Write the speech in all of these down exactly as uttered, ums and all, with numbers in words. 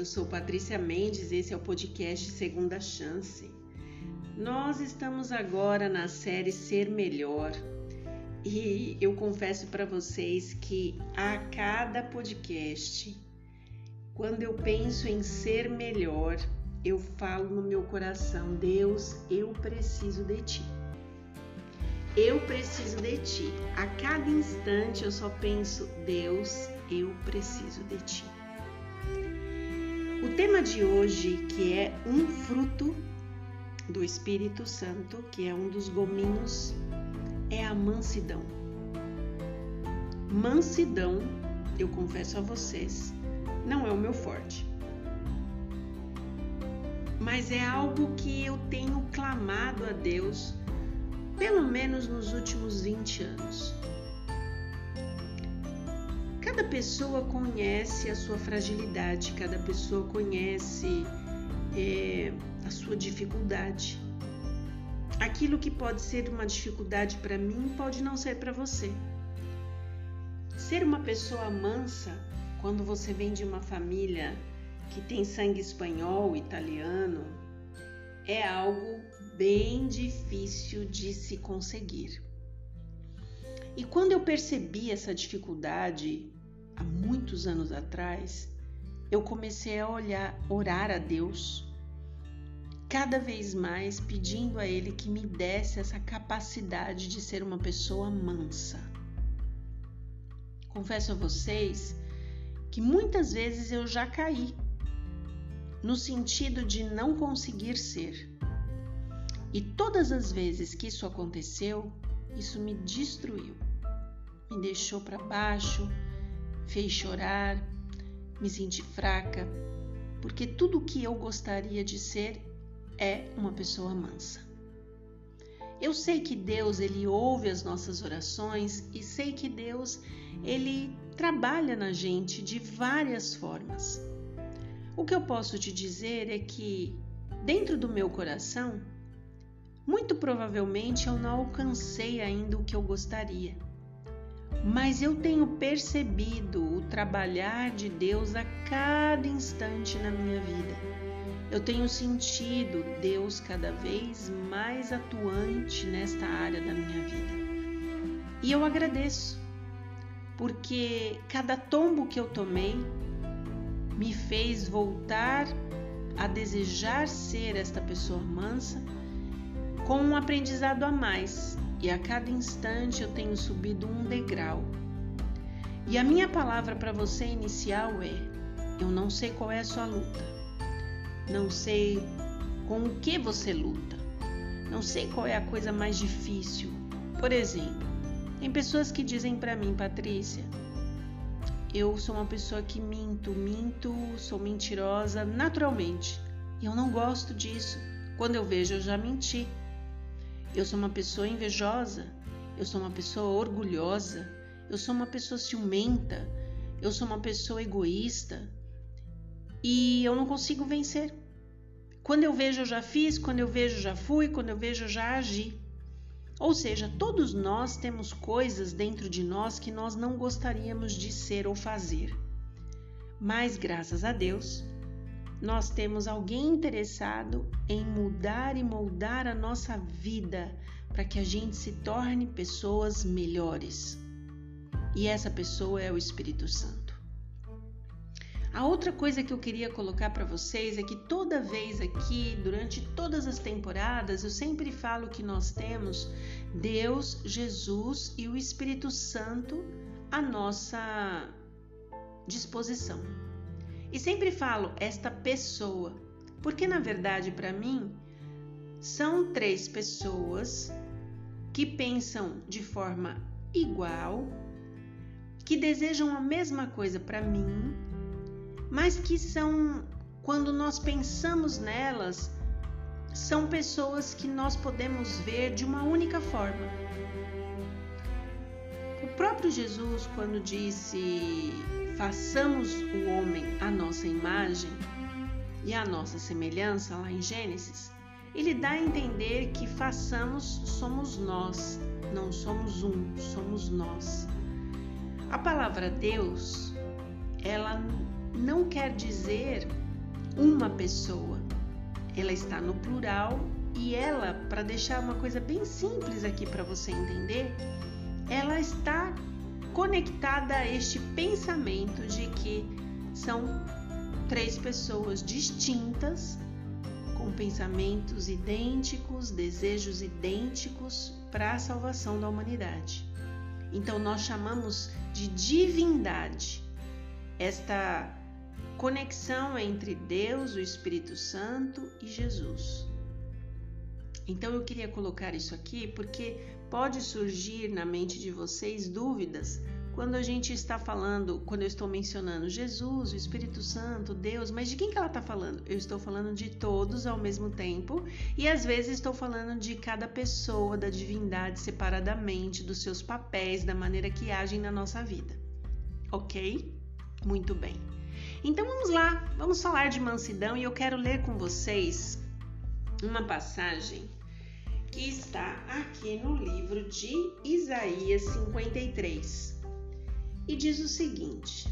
eu sou Patrícia Mendes, esse é o podcast Segunda Chance. Nós estamos agora na série Ser Melhor e eu confesso para vocês que a cada podcast, quando eu penso em ser melhor, eu falo no meu coração: Deus, eu preciso de Ti. Eu preciso de Ti. A cada instante eu só penso: Deus, eu preciso de Ti. O tema de hoje, que é um fruto do Espírito Santo, que é um dos gominhos, é a mansidão. Mansidão, eu confesso a vocês, não é o meu forte. Mas é algo que eu tenho clamado a Deus, pelo menos nos últimos vinte anos. Cada pessoa conhece a sua fragilidade, cada pessoa conhece é, a sua dificuldade. Aquilo que pode ser uma dificuldade para mim pode não ser para você. Ser uma pessoa mansa, quando você vem de uma família que tem sangue espanhol, italiano, é algo bem difícil de se conseguir. E quando eu percebi essa dificuldade, há muitos anos atrás, eu comecei a olhar, orar a Deus, cada vez mais pedindo a Ele que me desse essa capacidade de ser uma pessoa mansa. Confesso a vocês que muitas vezes eu já caí, no sentido de não conseguir ser. E todas as vezes que isso aconteceu, isso me destruiu, me deixou para baixo, fez chorar, me senti fraca, porque tudo o que eu gostaria de ser é uma pessoa mansa. Eu sei que Deus, Ele ouve as nossas orações e sei que Deus, Ele trabalha na gente de várias formas. O que eu posso te dizer é que, dentro do meu coração, muito provavelmente eu não alcancei ainda o que eu gostaria. Mas eu tenho percebido o trabalhar de Deus a cada instante na minha vida. Eu tenho sentido Deus cada vez mais atuante nesta área da minha vida. E eu agradeço, porque cada tombo que eu tomei me fez voltar a desejar ser esta pessoa mansa, com um aprendizado a mais. E a cada instante eu tenho subido um degrau. E a minha palavra para você inicial é: eu não sei qual é a sua luta. Não sei com o que você luta. Não sei qual é a coisa mais difícil. Por exemplo, tem pessoas que dizem para mim: Patrícia, eu sou uma pessoa que minto, minto, sou mentirosa naturalmente. E eu não gosto disso. Quando eu vejo, eu já menti. Eu sou uma pessoa invejosa, eu sou uma pessoa orgulhosa, eu sou uma pessoa ciumenta, eu sou uma pessoa egoísta e eu não consigo vencer. Quando eu vejo, eu já fiz, quando eu vejo, já fui, quando eu vejo, eu já agi. Ou seja, todos nós temos coisas dentro de nós que nós não gostaríamos de ser ou fazer. Mas, graças a Deus, nós temos alguém interessado em mudar e moldar a nossa vida para que a gente se torne pessoas melhores. E essa pessoa é o Espírito Santo. A outra coisa que eu queria colocar para vocês é que toda vez aqui, durante todas as temporadas, eu sempre falo que nós temos Deus, Jesus e o Espírito Santo à nossa disposição. E sempre falo esta pessoa, porque na verdade para mim são três pessoas que pensam de forma igual, que desejam a mesma coisa para mim, mas que são, quando nós pensamos nelas, são pessoas que nós podemos ver de uma única forma. O próprio Jesus, quando disse: façamos o homem à nossa imagem e à nossa semelhança, lá em Gênesis, ele dá a entender que façamos somos nós, não somos um, somos nós. A palavra Deus, ela não quer dizer uma pessoa. Ela está no plural e ela, para deixar uma coisa bem simples aqui para você entender, ela está conectada a este pensamento de que são três pessoas distintas, com pensamentos idênticos, desejos idênticos para a salvação da humanidade. Então nós chamamos de divindade esta conexão entre Deus, o Espírito Santo e Jesus. Então eu queria colocar isso aqui porque pode surgir na mente de vocês dúvidas quando a gente está falando, quando eu estou mencionando Jesus, o Espírito Santo, Deus, mas de quem que ela está falando? Eu estou falando de todos ao mesmo tempo e às vezes estou falando de cada pessoa da divindade separadamente, dos seus papéis, da maneira que agem na nossa vida. Ok? Muito bem. Então vamos lá, vamos falar de mansidão e eu quero ler com vocês uma passagem que está aqui no livro de Isaías cinquenta e três. E diz o seguinte: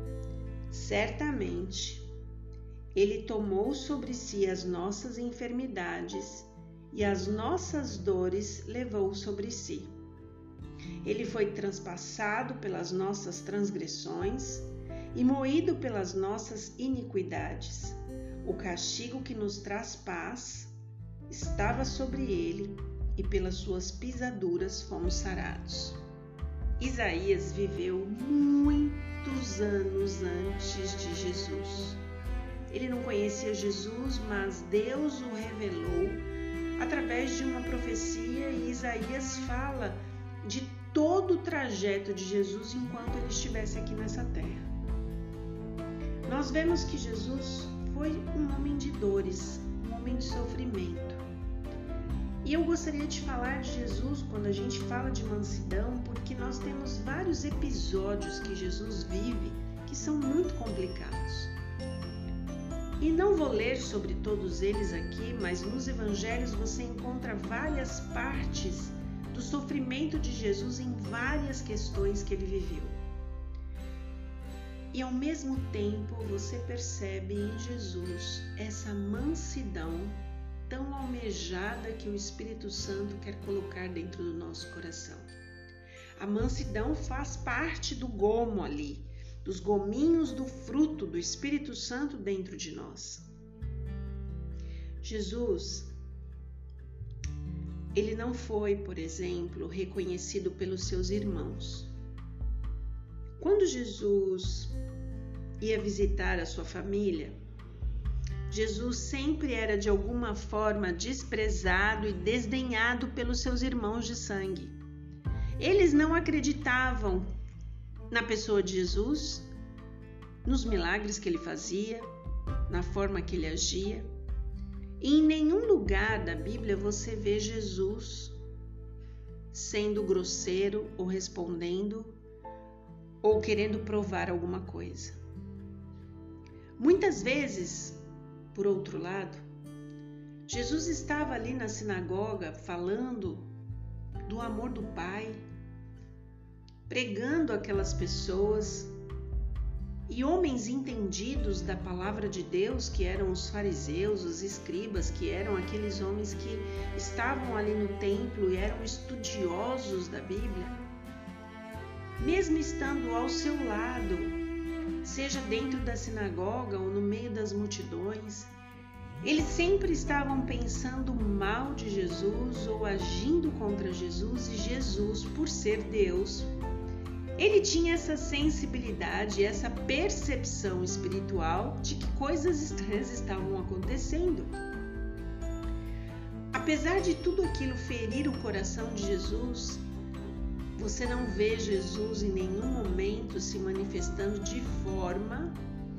certamente ele tomou sobre si as nossas enfermidades e as nossas dores levou sobre si. Ele foi transpassado pelas nossas transgressões e moído pelas nossas iniquidades. O castigo que nos traz paz estava sobre ele e pelas suas pisaduras fomos sarados. Isaías viveu muitos anos antes de Jesus. Ele não conhecia Jesus, mas Deus o revelou através de uma profecia e Isaías fala de todo o trajeto de Jesus enquanto ele estivesse aqui nessa terra. Nós vemos que Jesus foi um homem de dores, um homem de sofrimento. E eu gostaria de falar de Jesus quando a gente fala de mansidão, porque nós temos vários episódios que Jesus vive que são muito complicados. E não vou ler sobre todos eles aqui, mas nos evangelhos você encontra várias partes do sofrimento de Jesus em várias questões que ele viveu. E ao mesmo tempo você percebe em Jesus essa mansidão tão almejada que o Espírito Santo quer colocar dentro do nosso coração. A mansidão faz parte do gomo ali, dos gominhos do fruto do Espírito Santo dentro de nós. Jesus, ele não foi, por exemplo, reconhecido pelos seus irmãos. Quando Jesus ia visitar a sua família, Jesus sempre era de alguma forma desprezado e desdenhado pelos seus irmãos de sangue. Eles não acreditavam na pessoa de Jesus, nos milagres que ele fazia, na forma que ele agia. E em nenhum lugar da Bíblia você vê Jesus sendo grosseiro ou respondendo ou querendo provar alguma coisa. Muitas vezes, por outro lado, Jesus estava ali na sinagoga falando do amor do Pai, pregando aquelas pessoas e homens entendidos da palavra de Deus, que eram os fariseus, os escribas, que eram aqueles homens que estavam ali no templo e eram estudiosos da Bíblia, mesmo estando ao seu lado, seja dentro da sinagoga ou no meio das multidões, eles sempre estavam pensando mal de Jesus ou agindo contra Jesus, e Jesus, por ser Deus, ele tinha essa sensibilidade, essa percepção espiritual de que coisas estranhas estavam acontecendo. Apesar de tudo aquilo ferir o coração de Jesus, você não vê Jesus em nenhum momento se manifestando de forma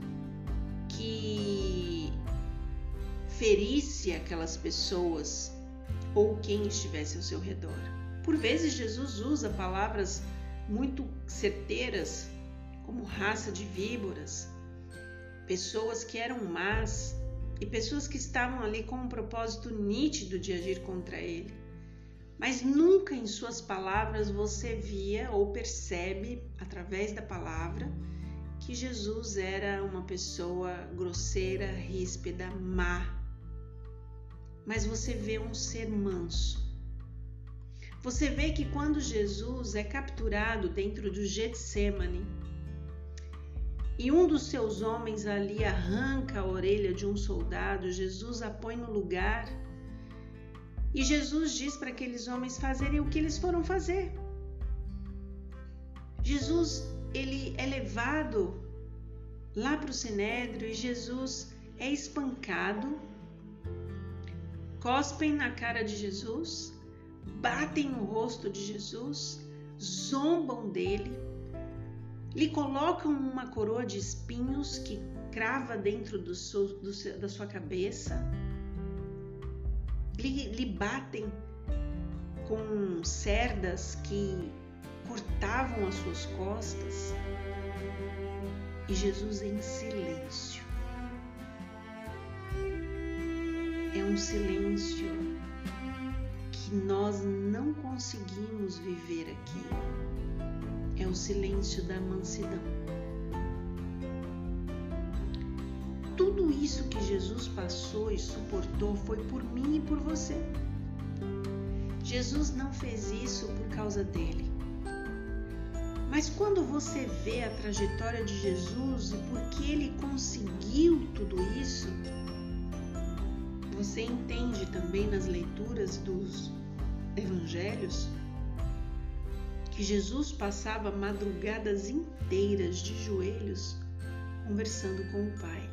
que ferisse aquelas pessoas ou quem estivesse ao seu redor. Por vezes Jesus usa palavras muito certeiras, como raça de víboras, pessoas que eram más e pessoas que estavam ali com um propósito nítido de agir contra ele. Mas nunca em suas palavras você via ou percebe, através da palavra, que Jesus era uma pessoa grosseira, ríspida, má. Mas você vê um ser manso. Você vê que quando Jesus é capturado dentro do Getsêmani e um dos seus homens ali arranca a orelha de um soldado, Jesus a põe no lugar e Jesus diz para aqueles homens fazerem o que eles foram fazer. Jesus, ele é levado lá para o Sinédrio e Jesus é espancado, cospem na cara de Jesus, batem no rosto de Jesus, zombam dele, lhe colocam uma coroa de espinhos que crava dentro do seu, do seu, da sua cabeça, lhe, lhe batem com cerdas que cortavam as suas costas e Jesus em silêncio. É um silêncio que nós não conseguimos viver aqui. É o silêncio da mansidão. Tudo isso que Jesus passou e suportou foi por mim e por você. Jesus não fez isso por causa dele. Mas quando você vê a trajetória de Jesus e por que ele conseguiu tudo isso, você entende também nas leituras dos evangelhos que Jesus passava madrugadas inteiras de joelhos conversando com o Pai.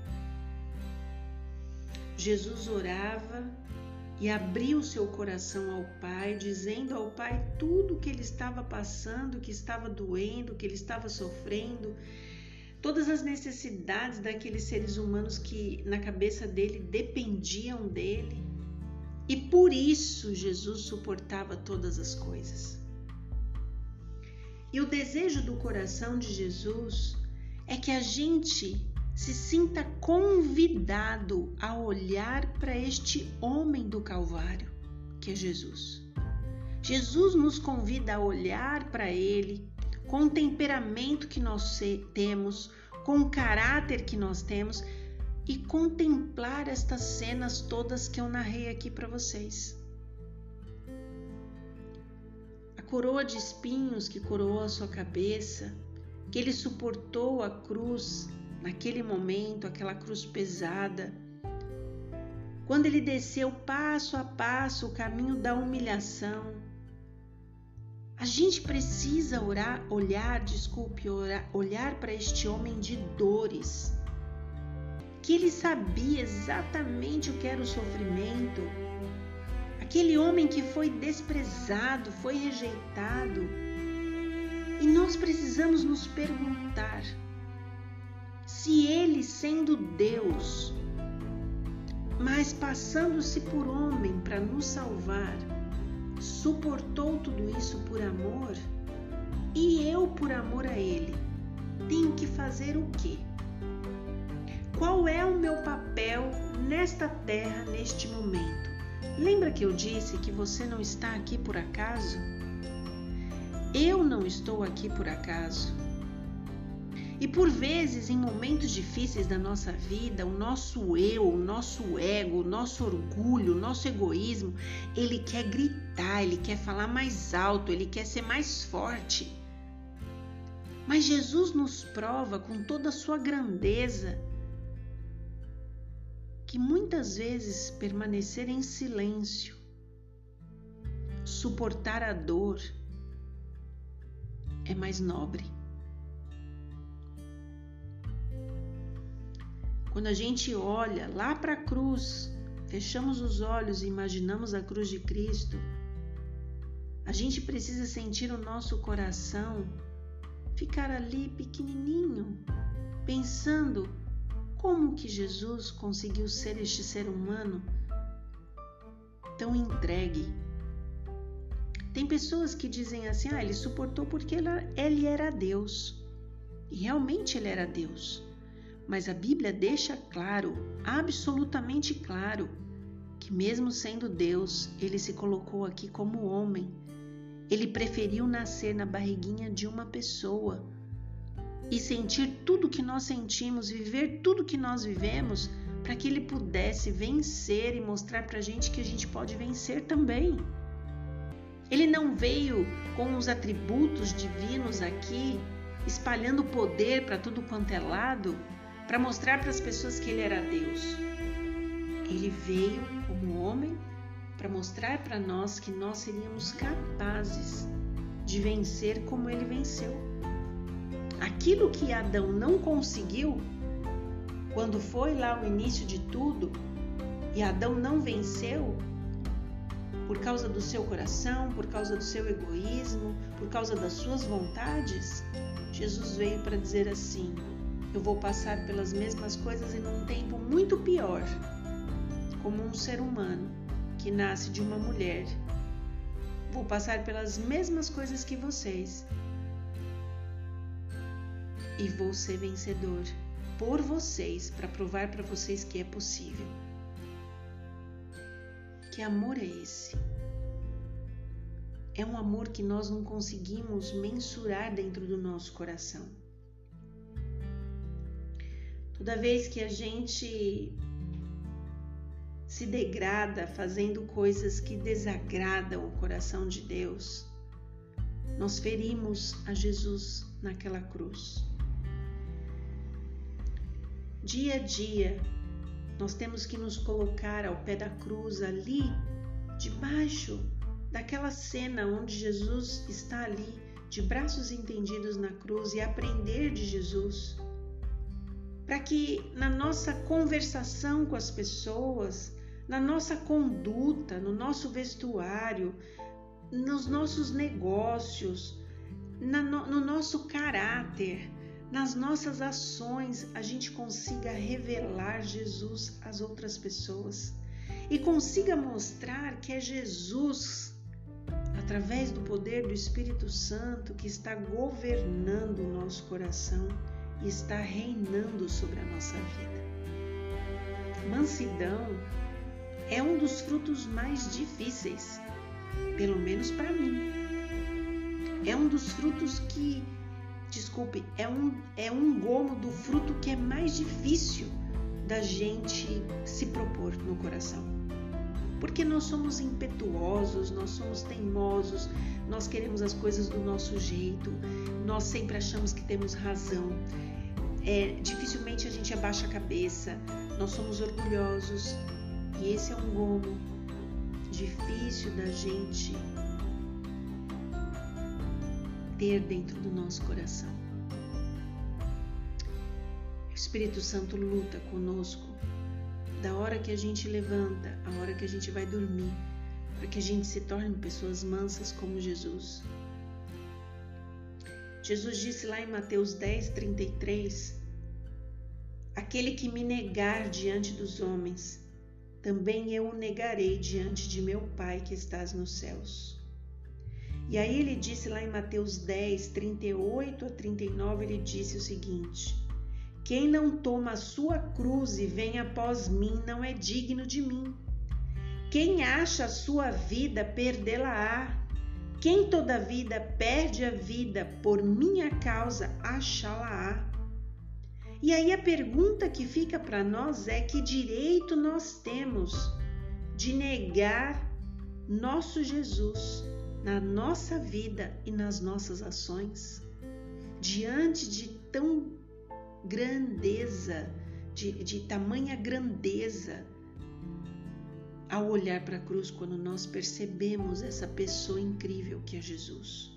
Jesus orava e abria o seu coração ao Pai, dizendo ao Pai tudo o que ele estava passando, que estava doendo, que ele estava sofrendo, todas as necessidades daqueles seres humanos que na cabeça dele dependiam dele. E por isso Jesus suportava todas as coisas. E o desejo do coração de Jesus é que a gente se sinta convidado a olhar para este homem do Calvário, que é Jesus. Jesus nos convida a olhar para ele com o temperamento que nós temos, com o caráter que nós temos e contemplar estas cenas todas que eu narrei aqui para vocês. A coroa de espinhos que coroou a sua cabeça, que ele suportou a cruz naquele momento, aquela cruz pesada. Quando ele desceu passo a passo o caminho da humilhação. A gente precisa orar, olhar, desculpe, orar, olhar para este homem de dores, que ele sabia exatamente o que era o sofrimento. Aquele homem que foi desprezado, foi rejeitado. E nós precisamos nos perguntar, se ele, sendo Deus, mas passando-se por homem para nos salvar, suportou tudo isso por amor, e eu, por amor a ele, tenho que fazer o quê? Qual é o meu papel nesta terra, neste momento? Lembra que eu disse que você não está aqui por acaso? Eu não estou aqui por acaso. E por vezes, em momentos difíceis da nossa vida, o nosso eu, o nosso ego, o nosso orgulho, o nosso egoísmo, ele quer gritar, ele quer falar mais alto, ele quer ser mais forte. Mas Jesus nos prova com toda a sua grandeza que muitas vezes permanecer em silêncio, suportar a dor, é mais nobre. Quando a gente olha lá para a cruz, fechamos os olhos e imaginamos a cruz de Cristo, a gente precisa sentir o nosso coração ficar ali pequenininho, pensando como que Jesus conseguiu ser este ser humano tão entregue. Tem pessoas que dizem assim, ah, ele suportou porque ele era Deus. E realmente ele era Deus. Mas a Bíblia deixa claro, absolutamente claro, que mesmo sendo Deus, ele se colocou aqui como homem. Ele preferiu nascer na barriguinha de uma pessoa e sentir tudo que nós sentimos, viver tudo que nós vivemos, para que ele pudesse vencer e mostrar para a gente que a gente pode vencer também. Ele não veio com os atributos divinos aqui, espalhando poder para tudo quanto é lado, para mostrar para as pessoas que ele era Deus. Ele veio como homem para mostrar para nós que nós seríamos capazes de vencer como ele venceu. Aquilo que Adão não conseguiu, quando foi lá o início de tudo, e Adão não venceu, por causa do seu coração, por causa do seu egoísmo, por causa das suas vontades, Jesus veio para dizer assim: eu vou passar pelas mesmas coisas e num tempo muito pior, como um ser humano que nasce de uma mulher. Vou passar pelas mesmas coisas que vocês e vou ser vencedor por vocês, para provar para vocês que é possível. Que amor é esse? É um amor que nós não conseguimos mensurar dentro do nosso coração. Toda vez que a gente se degrada fazendo coisas que desagradam o coração de Deus, nós ferimos a Jesus naquela cruz. Dia a dia, nós temos que nos colocar ao pé da cruz, ali, debaixo daquela cena onde Jesus está ali, de braços estendidos na cruz, e aprender de Jesus, para que na nossa conversação com as pessoas, na nossa conduta, no nosso vestuário, nos nossos negócios, na, no, no nosso caráter, nas nossas ações, a gente consiga revelar Jesus às outras pessoas e consiga mostrar que é Jesus, através do poder do Espírito Santo, que está governando o nosso coração e está reinando sobre a nossa vida. Mansidão é um dos frutos mais difíceis, pelo menos para mim. É um dos frutos que Desculpe, é um, é um gomo do fruto que é mais difícil da gente se propor no coração. Porque nós somos impetuosos, nós somos teimosos, nós queremos as coisas do nosso jeito, nós sempre achamos que temos razão. É, dificilmente a gente abaixa a cabeça, nós somos orgulhosos. E esse é um gomo difícil da gente ter dentro do nosso coração. O Espírito Santo luta conosco da hora que a gente levanta, a hora que a gente vai dormir, para que a gente se torne pessoas mansas como Jesus. Jesus disse lá em Mateus dez, trinta e três: aquele que me negar diante dos homens, também eu o negarei diante de meu Pai que estás nos céus. E aí ele disse lá em Mateus dez, trinta e oito a trinta e nove, ele disse o seguinte: quem não toma a sua cruz e vem após mim não é digno de mim. Quem acha a sua vida, perdê-la-á. Quem toda vida perde a vida por minha causa, achá-la-á. E aí a pergunta que fica para nós é: que direito nós temos de negar nosso Jesus na nossa vida e nas nossas ações, diante de tão grandeza, de, de tamanha grandeza, ao olhar para a cruz, quando nós percebemos essa pessoa incrível que é Jesus.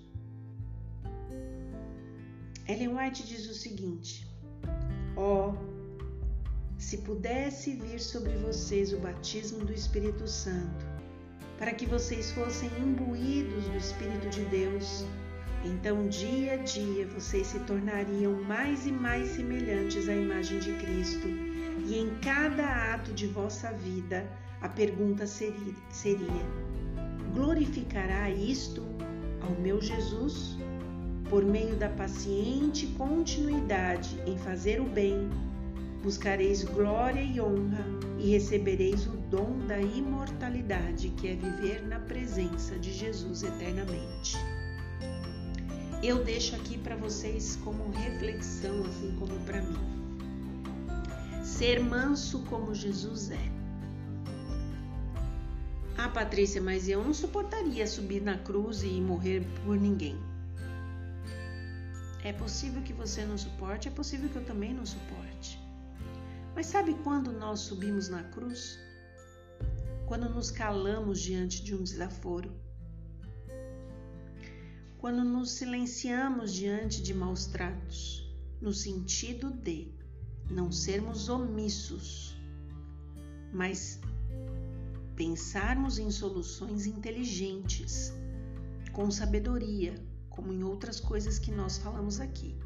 Ellen White diz o seguinte: ó, oh, se pudesse vir sobre vocês o batismo do Espírito Santo, para que vocês fossem imbuídos do Espírito de Deus, então dia a dia vocês se tornariam mais e mais semelhantes à imagem de Cristo, e em cada ato de vossa vida a pergunta seria, seria: glorificará isto ao meu Jesus? Por meio da paciente continuidade em fazer o bem, buscareis glória e honra e recebereis o dom da imortalidade, que é viver na presença de Jesus eternamente. eu deixo aqui para vocês como reflexão, assim como para mim. Ser manso como Jesus é. Ah, Patrícia, mas eu não suportaria subir na cruz e morrer por ninguém. É possível que você não suporte, é possível que eu também não suporte. Mas sabe quando nós subimos na cruz? Quando nos calamos diante de um desaforo. Quando nos silenciamos diante de maus tratos, no sentido de não sermos omissos, mas pensarmos em soluções inteligentes, com sabedoria, como em outras coisas que nós falamos aqui.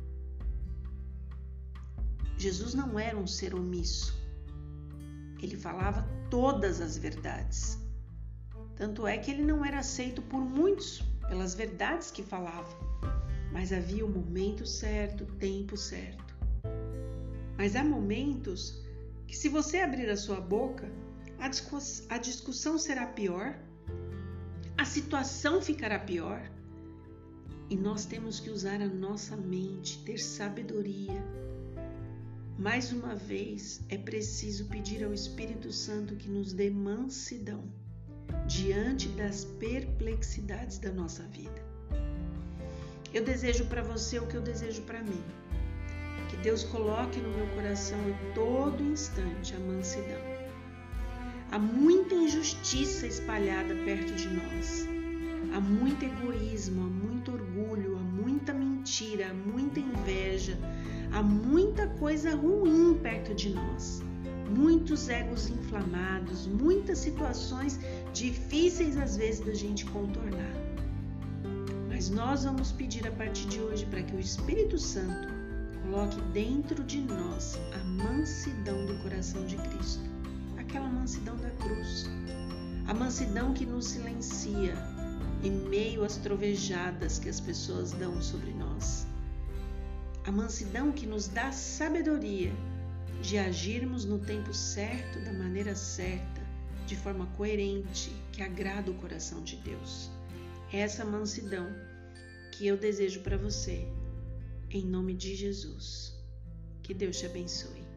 Jesus não era um ser omisso. Ele falava todas as verdades. Tanto é que ele não era aceito por muitos pelas verdades que falava, mas havia o momento certo, o tempo certo. Mas há momentos que, se você abrir a sua boca, a discuss- a discussão será pior, a situação ficará pior, e nós temos que usar a nossa mente, ter sabedoria. Mais uma vez, é preciso pedir ao Espírito Santo que nos dê mansidão diante das perplexidades da nossa vida. Eu desejo para você o que eu desejo para mim. Que Deus coloque no meu coração a todo instante a mansidão. Há muita injustiça espalhada perto de nós. Há muito egoísmo, há muito orgulho, há muita mentira, há muita inveja, há muita coisa ruim perto de nós. Muitos egos inflamados, muitas situações difíceis às vezes da gente contornar. Mas nós vamos pedir a partir de hoje para que o Espírito Santo coloque dentro de nós a mansidão do coração de Cristo, aquela mansidão da cruz, a mansidão que nos silencia em meio às trovejadas que as pessoas dão sobre nós, a mansidão que nos dá sabedoria de agirmos no tempo certo, da maneira certa, de forma coerente, que agrada o coração de Deus. É essa mansidão que eu desejo para você, em nome de Jesus. Que Deus te abençoe.